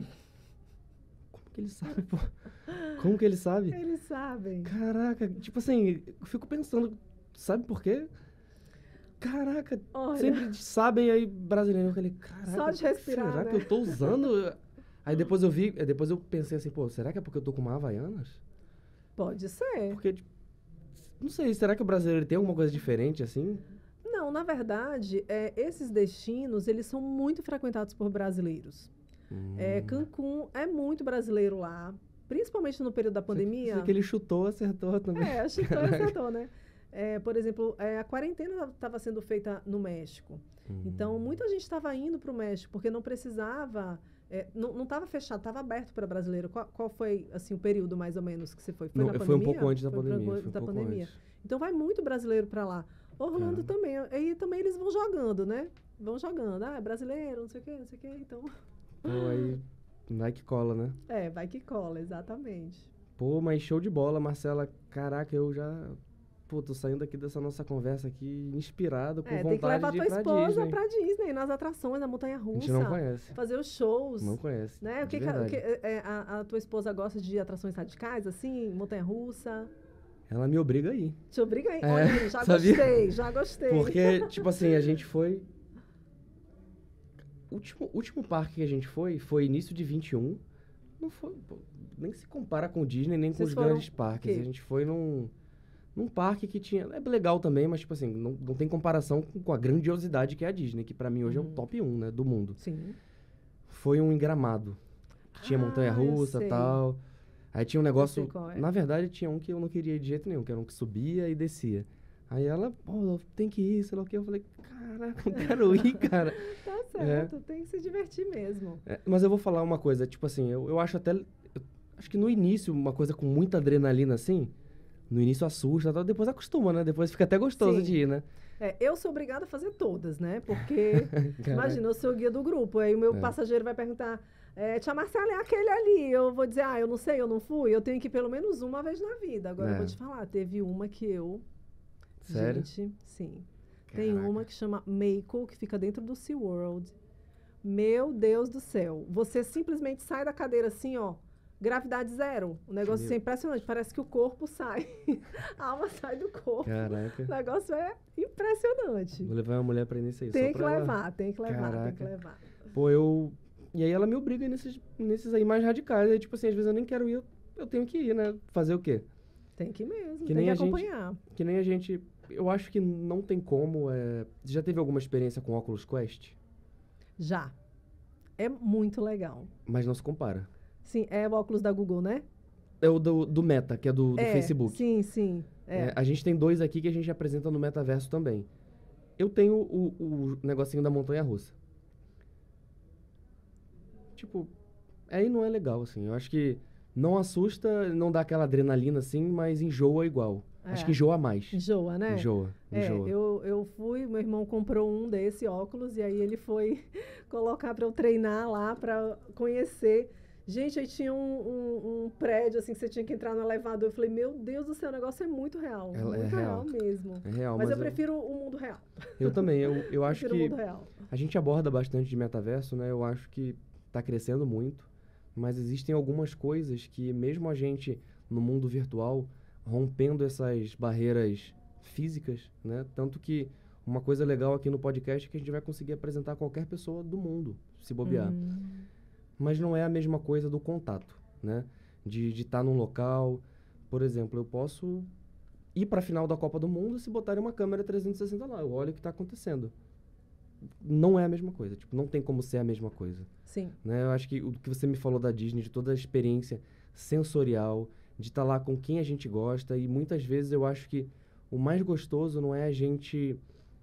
como que ele sabe, pô? Como que ele sabe? Eles sabem. Caraca, tipo assim, eu fico pensando, sabe por quê? Caraca, Olha. sempre sabem aí brasileiro. Eu falei, caraca, Só de respirar, será né? que eu tô usando? Aí depois eu vi, depois eu pensei assim, pô, será que é porque eu tô com uma Havaianas? Pode ser. Porque, tipo, não sei, será que o brasileiro tem alguma coisa diferente assim? Não, na verdade, é, esses destinos, eles são muito frequentados por brasileiros. É, Hum. Cancún é muito brasileiro lá, principalmente no período da pandemia. Você que ele chutou, acertou também. É, acho que acertou, né? É, por exemplo, é, a quarentena estava sendo feita no México. Hum. Então, muita gente estava indo para o México, porque não precisava... é, não estava fechado, estava aberto para brasileiro. Qual, qual foi, assim, o período, mais ou menos, que você foi? Foi Não, na foi pandemia? um pouco antes da Foi pra- pandemia. antes Foi um da pouco pandemia. antes. Então, vai muito brasileiro para lá. Orlando Caramba. também. Aí também eles vão jogando, né? Vão jogando. Ah, é brasileiro, não sei o quê, não sei o quê. Então, Pô, aí vai que cola, né? é, vai que cola, exatamente. Pô, mas show de bola, Marcela. Caraca, eu já... Pô, tô saindo aqui dessa nossa conversa aqui inspirado, com É, tem que vontade levar de ir tua pra esposa Disney. pra Disney, nas atrações, na A montanha-russa. gente não conhece. Fazer os shows. Não conhece. Né? O de que, que, a, o verdade. que é, a, a tua esposa gosta de atrações radicais, assim? Montanha-russa? Ela me obriga aí. Te obriga aí. É, Olha aí, já sabia? gostei, já gostei. Porque, tipo assim, a gente foi... O último, último parque que a gente foi, foi início de vinte e um. Não foi... pô, nem se compara com o Disney, nem Vocês com os foram grandes parques. quê? A gente foi num... Num parque que tinha... É legal também, mas, tipo assim, não, não tem comparação com, com a grandiosidade que é a Disney, que pra mim hoje é Uhum. o top um, né, do mundo. Sim. Foi um em Gramado. Que tinha Ah, montanha-russa eu e sei. tal. Aí tinha um negócio... sei qual é. Na verdade, tinha um que eu não queria ir de jeito nenhum, que era um que subia e descia. Aí ela, pô, tem que ir, sei lá o que. Eu falei, caraca, não quero ir, cara. Tá certo, tem que se divertir mesmo. É, mas eu vou falar uma coisa, tipo assim, eu, eu acho até... eu acho que no início, uma coisa com muita adrenalina assim, no início assusta, tal, depois acostuma, né? Depois fica até gostoso Sim. de ir, né? É, eu sou obrigada a fazer todas, né? Porque, Caraca. imagina, eu sou o guia do grupo, aí o meu É. passageiro vai perguntar, é, tia Marcela, é aquele ali. Eu vou dizer, ah, eu não sei, eu não fui. Eu tenho que ir pelo menos uma vez na vida. Agora, eu É. vou te falar, teve uma que eu Sério? Gente, sim. Caraca. Tem uma que chama Mako, que fica dentro do SeaWorld. Meu Deus do céu. Você simplesmente sai da cadeira assim, ó. Gravidade zero. O negócio Meu. é impressionante. Parece que o corpo sai. A alma sai do corpo. Caraca. O negócio é impressionante. Vou levar uma mulher pra ir nisso aí. Tem só que pra ela- levar, tem que levar, tem que Caraca. levar. Pô, eu... E aí ela me obriga nesses, nesses aí mais radicais. Aí, tipo assim, às vezes eu nem quero ir, eu, eu tenho que ir, né? Fazer o quê? Tem que ir mesmo, Que tem nem que a gente- acompanhar. Que nem a gente... Eu acho que não tem como... É... Você já teve alguma experiência com Oculus Quest? Já. É muito legal. Mas não se compara. Sim, é o óculos da Google, né? É o do, do Meta, que é do, do É, Facebook. Sim, sim. É. É, a gente tem dois aqui que a gente apresenta no Metaverso também. Eu tenho o, o negocinho da montanha-russa. Tipo, aí não é legal, assim. Eu acho que não assusta, não dá aquela adrenalina, assim, mas enjoa igual. É. Acho que enjoa mais. Enjoa, né? Enjoa, É, enjoa. eu, eu fui, meu irmão comprou um desse óculos e aí ele foi colocar para eu treinar lá, para conhecer. Gente, aí tinha um, um, um prédio, assim, que você tinha que entrar no elevador. Eu falei, meu Deus do céu, o negócio é muito real. É- é muito real. real mesmo. É real, mas, mas eu prefiro o mundo real. Eu também, eu, eu acho prefiro que o mundo real. a gente aborda bastante de metaverso, né? Eu acho que tá crescendo muito, mas existem algumas coisas que mesmo a gente no mundo virtual, rompendo essas barreiras físicas, né? Tanto que uma coisa legal aqui no podcast é que a gente vai conseguir apresentar qualquer pessoa do mundo, se bobear. Hum, Mas não é a mesma coisa do contato, né? De estar num local, por exemplo, eu posso ir para a final da Copa do Mundo se botarem uma câmera trezentos e sessenta lá, eu olho o que está acontecendo. Não é a mesma coisa, tipo, não tem como ser a mesma coisa, sim. né? Eu acho que o que você me falou da Disney, de toda a experiência sensorial, de estar lá com quem a gente gosta, e muitas vezes eu acho que o mais gostoso não é a gente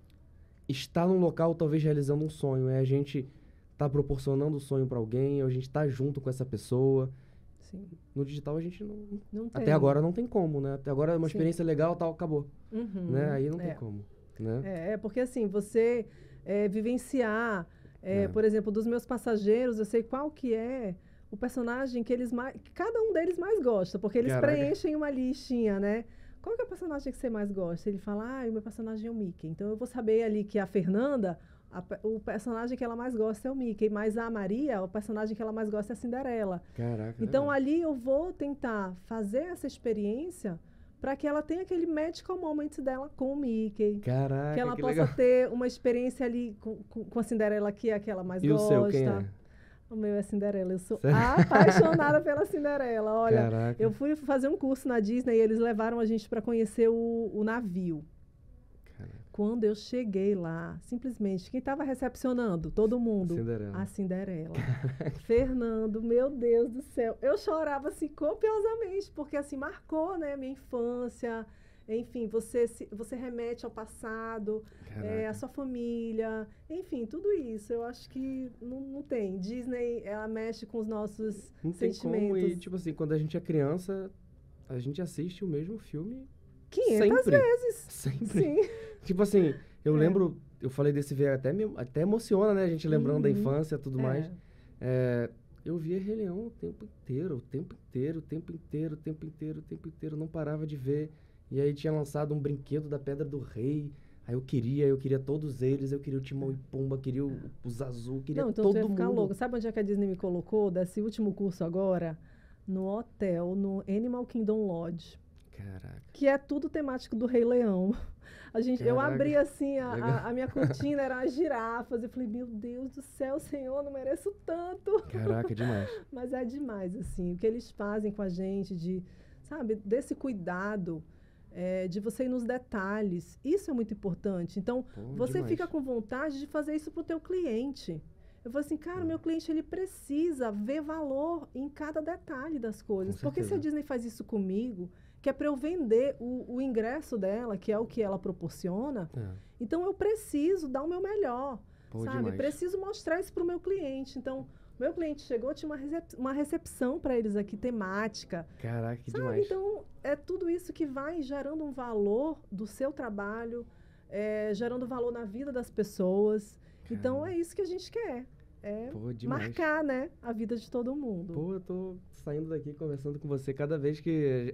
estar num local talvez realizando um sonho, é a gente estar proporcionando o sonho para alguém, ou a gente estar junto com essa pessoa. Sim. No digital a gente não... Não tem. Até agora não tem como, né? Até agora é uma Sim. experiência legal, tal, acabou. Uhum, Né? Aí não é. tem como, né? É, é porque assim, você é, vivenciar, é, É. por exemplo, dos meus passageiros, eu sei qual que é o personagem que eles mais, que cada um deles mais gosta, porque eles Caraca. preenchem uma listinha, né? Qual que é o personagem que você mais gosta? Ele fala, ah, o meu personagem é o Mickey. Então eu vou saber ali que a Fernanda, a pe- o personagem que ela mais gosta é o Mickey, mas a Maria, o personagem que ela mais gosta é a Cinderela. Caraca. Então legal. ali eu vou tentar fazer essa experiência para que ela tenha aquele magical moment dela com o Mickey. Caraca, Que ela que possa legal. ter uma experiência ali com, com, com a Cinderela, que é a que ela mais E gosta. o seu, quem é? O meu é Cinderela. Eu sou Sério? apaixonada pela Cinderela. Olha, Caraca. eu fui fazer um curso na Disney e eles levaram a gente para conhecer o, o navio. Caraca. Quando eu cheguei lá, simplesmente, quem estava recepcionando? Todo mundo. Cinderela. A Cinderela. Fernando, meu Deus do céu. Eu chorava assim copiosamente, porque assim marcou, né, minha infância. Enfim, você, se, você remete ao passado, é, a Caraca. sua família, enfim, tudo isso. Eu acho que não, não tem. Disney, ela mexe com os nossos Não tem sentimentos. como, e tipo assim, quando a gente é criança, a gente assiste o mesmo filme quinhentas sempre. vezes. Sempre. Sim. Tipo assim, eu É. lembro, eu falei desse V até me, até emociona, né? A gente lembrando da Uhum. infância e tudo É. mais. É, eu via Rei Leão o tempo inteiro, o tempo inteiro, o tempo inteiro, o tempo inteiro, o tempo inteiro, não parava de ver. E aí tinha lançado um brinquedo da Pedra do Rei. Aí eu queria, eu queria todos eles, eu queria o Timão e Pumba, queria o, o Zazu, queria Não, então todo tu ia ficar mundo. louco. Sabe onde é que a Disney me colocou desse último curso agora? No hotel, no Animal Kingdom Lodge. Caraca. Que é tudo temático do Rei Leão. A gente, eu Caraca, abri assim, a, legal. a, a minha cortina eram as girafas. Eu falei, meu Deus do céu, Senhor, não mereço tanto. Caraca, demais. Mas é demais, assim, o que eles fazem com a gente, de, sabe, desse cuidado, é, de você ir nos detalhes. Isso é muito importante. Então, Pô, você demais. fica com vontade de fazer isso para o teu cliente. Eu falo assim, cara, Hum. meu cliente, ele precisa ver valor em cada detalhe das coisas. Com Porque se a certeza. Disney faz isso comigo, que é para eu vender o, o ingresso dela, que é o que ela proporciona, É, então eu preciso dar o meu melhor, pô, sabe? demais. Preciso mostrar isso para o meu cliente. Então, meu cliente chegou, tinha uma, recep uma recepção para eles aqui, temática. Caraca, que Sabe? demais. Então, é tudo isso que vai gerando um valor do seu trabalho, é, gerando valor na vida das pessoas. Então, Caramba. é isso que a gente quer. É Pô, demais. marcar, né, a vida de todo mundo. Pô, eu tô saindo daqui conversando com você cada vez que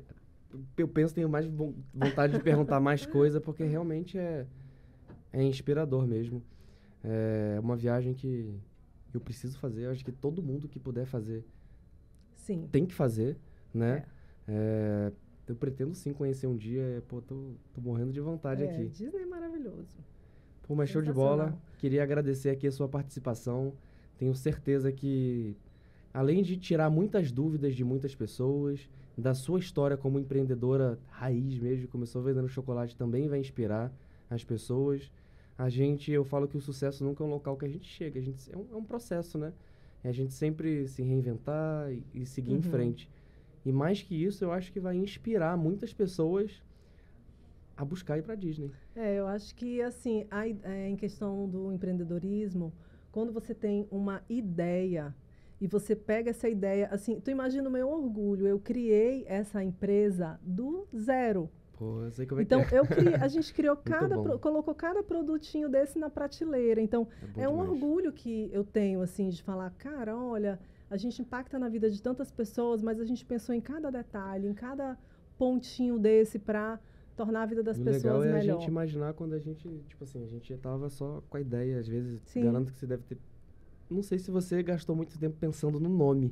eu penso, tenho mais vontade de perguntar mais coisa, porque realmente é, é inspirador mesmo. É uma viagem que eu preciso fazer. Eu acho que todo mundo que puder fazer Sim. tem que fazer, né? É. É, eu pretendo sim conhecer um dia. Pô, tô, tô morrendo de vontade É, aqui. Disney é maravilhoso. Pô, mas show de bola. Queria agradecer aqui a sua participação. Tenho certeza que, além de tirar muitas dúvidas de muitas pessoas, da sua história como empreendedora raiz mesmo, começou vendendo chocolate, também vai inspirar as pessoas. A gente, eu falo que o sucesso nunca é um local que a gente chega, a gente, é, um, é um processo, né? É a gente sempre se reinventar e, e seguir Uhum. em frente. E mais que isso, eu acho que vai inspirar muitas pessoas a buscar ir para Disney. É, eu acho que, assim, a, é, em questão do empreendedorismo, quando você tem uma ideia e você pega essa ideia, assim, tu imagina o meu orgulho, eu criei essa empresa do zero. Pô, eu sei como é Então, que é. eu criei, a gente criou cada, bom. pro, colocou cada produtinho desse na prateleira. Então, É é, bom um demais. orgulho que eu tenho, assim, de falar, cara, olha, a gente impacta na vida de tantas pessoas, mas a gente pensou em cada detalhe, em cada pontinho desse para tornar a vida das O pessoas legal é melhor. a gente imaginar quando a gente, tipo assim, a gente tava só com a ideia, às vezes, Sim. garanto que você deve ter... Não sei se você gastou muito tempo pensando no nome,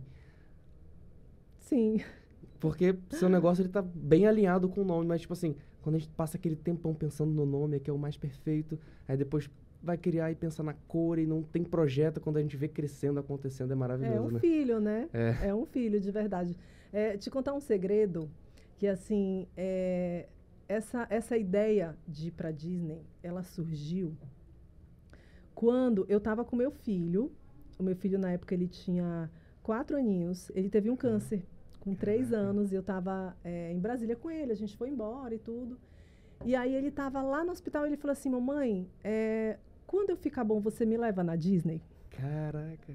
Sim. porque seu negócio ele tá bem alinhado com o nome, mas tipo assim, quando a gente passa aquele tempão pensando no nome, é que é o mais perfeito, aí depois vai criar e pensar na cor e não tem projeto, quando a gente vê crescendo, acontecendo, é maravilhoso, É um né? filho, né? É. É um filho, de verdade. É, te contar um segredo, que assim, é, essa, essa ideia de ir para Disney, ela surgiu quando eu estava com meu filho. O meu filho, na época, ele tinha quatro aninhos. Ele teve um câncer com três Caraca. anos. E eu estava é, em Brasília com ele. A gente foi embora e tudo. E aí ele estava lá no hospital e ele falou assim, mamãe, é, quando eu ficar bom, você me leva na Disney? Caraca.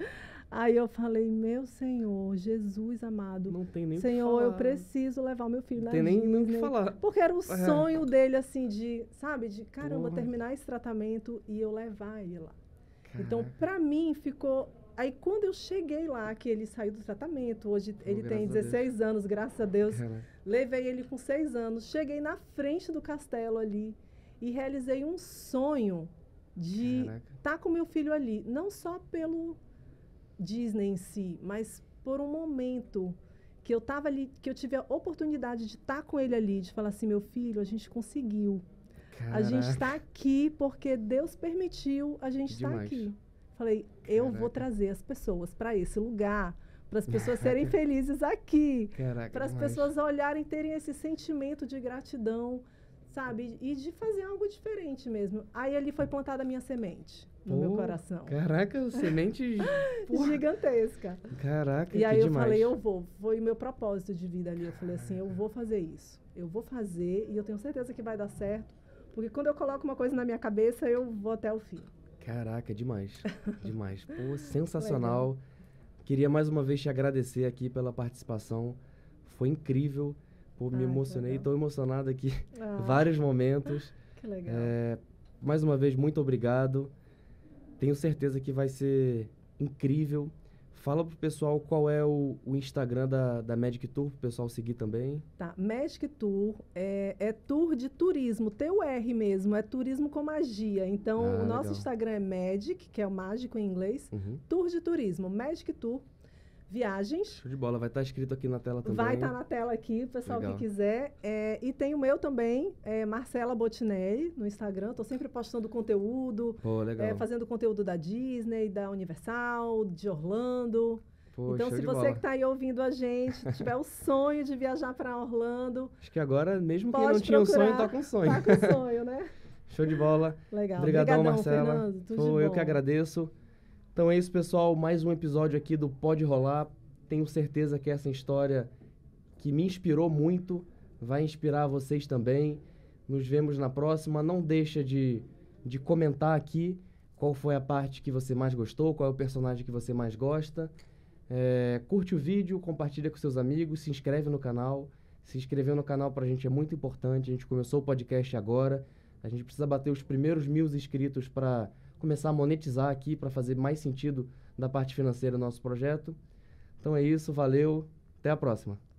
Aí eu falei, meu Senhor, Jesus amado, Não tem nem o que Senhor, eu falar. preciso levar o meu filho Não na tem nem, Disney. nem o que falar. Porque era o É. sonho dele, assim, de, sabe, de caramba, Porra. terminar esse tratamento e eu levar ele lá. Então, Caraca. pra mim, ficou... Aí, quando eu cheguei lá, que ele saiu do tratamento, hoje Oh, ele tem graças a Deus. dezesseis anos, graças a Deus, Caraca. levei ele com seis anos, cheguei na frente do castelo ali e realizei um sonho de Caraca. estar com meu filho ali, não só pelo Disney em si, mas por um momento que eu tava ali, que eu tive a oportunidade de estar com ele ali, de falar assim, meu filho, a gente conseguiu. A gente Caraca. está aqui porque Deus permitiu a gente estar Demais. aqui. Falei, eu vou Caraca. trazer as pessoas para esse lugar, para as pessoas serem felizes aqui, Caraca, para as demais. pessoas olharem, terem esse sentimento de gratidão, sabe? E de fazer algo diferente mesmo. Aí ali foi plantada a minha semente no Pô, meu coração. Caraca, semente porra. Gigantesca. Caraca, E aí que eu demais. falei, eu vou. Foi o meu propósito de vida ali. Eu falei assim, eu vou fazer isso. Eu vou fazer e eu tenho certeza que vai dar certo. Porque quando eu coloco uma coisa na minha cabeça, eu vou até o fim. Caraca, demais. Demais. Pô, sensacional. Queria mais uma vez te agradecer aqui pela participação. Foi incrível. Pô, me Ai, que emocionei. legal. Tô emocionado aqui. Ah, Vários momentos. que legal. É, mais uma vez, muito obrigado. Tenho certeza que vai ser incrível. Fala pro pessoal qual é o, o Instagram da, da Magic Tour, pro pessoal seguir também. Tá, Magic Tour é, é tour de turismo, T U R mesmo, é turismo com magia. Então, Ah, o nosso legal. Instagram é Magic, que é o mágico em inglês, Uhum. tour de turismo, Magic Tour, viagens. Show de bola. Vai estar escrito aqui na tela também. Vai estar na tela aqui, o pessoal Legal. que quiser. É, e tem o meu também, é Marcela Botinelli, no Instagram. Estou sempre postando conteúdo, Pô, legal. é, fazendo conteúdo da Disney, da Universal, de Orlando. Pô, Então, show se de você bola. que está aí ouvindo a gente, tiver o sonho de viajar para Orlando, Acho que agora, mesmo quem pode não tinha um sonho, procurar. tá com sonho. Tá com sonho, né? Show de bola. Legal. Obrigadão, Obrigadão, Marcela. Fernando. Tudo Pô, de eu bom. que agradeço. Então é isso, pessoal. Mais um episódio aqui do Pode Rolar. Tenho certeza que essa história que me inspirou muito vai inspirar vocês também. Nos vemos na próxima. Não deixa de, de comentar aqui qual foi a parte que você mais gostou, qual é o personagem que você mais gosta. É, curte o vídeo, compartilha com seus amigos, se inscreve no canal. Se inscrever no canal pra gente é muito importante. A gente começou o podcast agora. A gente precisa bater os primeiros mil inscritos para começar a monetizar aqui, para fazer mais sentido da parte financeira do nosso projeto. Então é isso, valeu, até a próxima.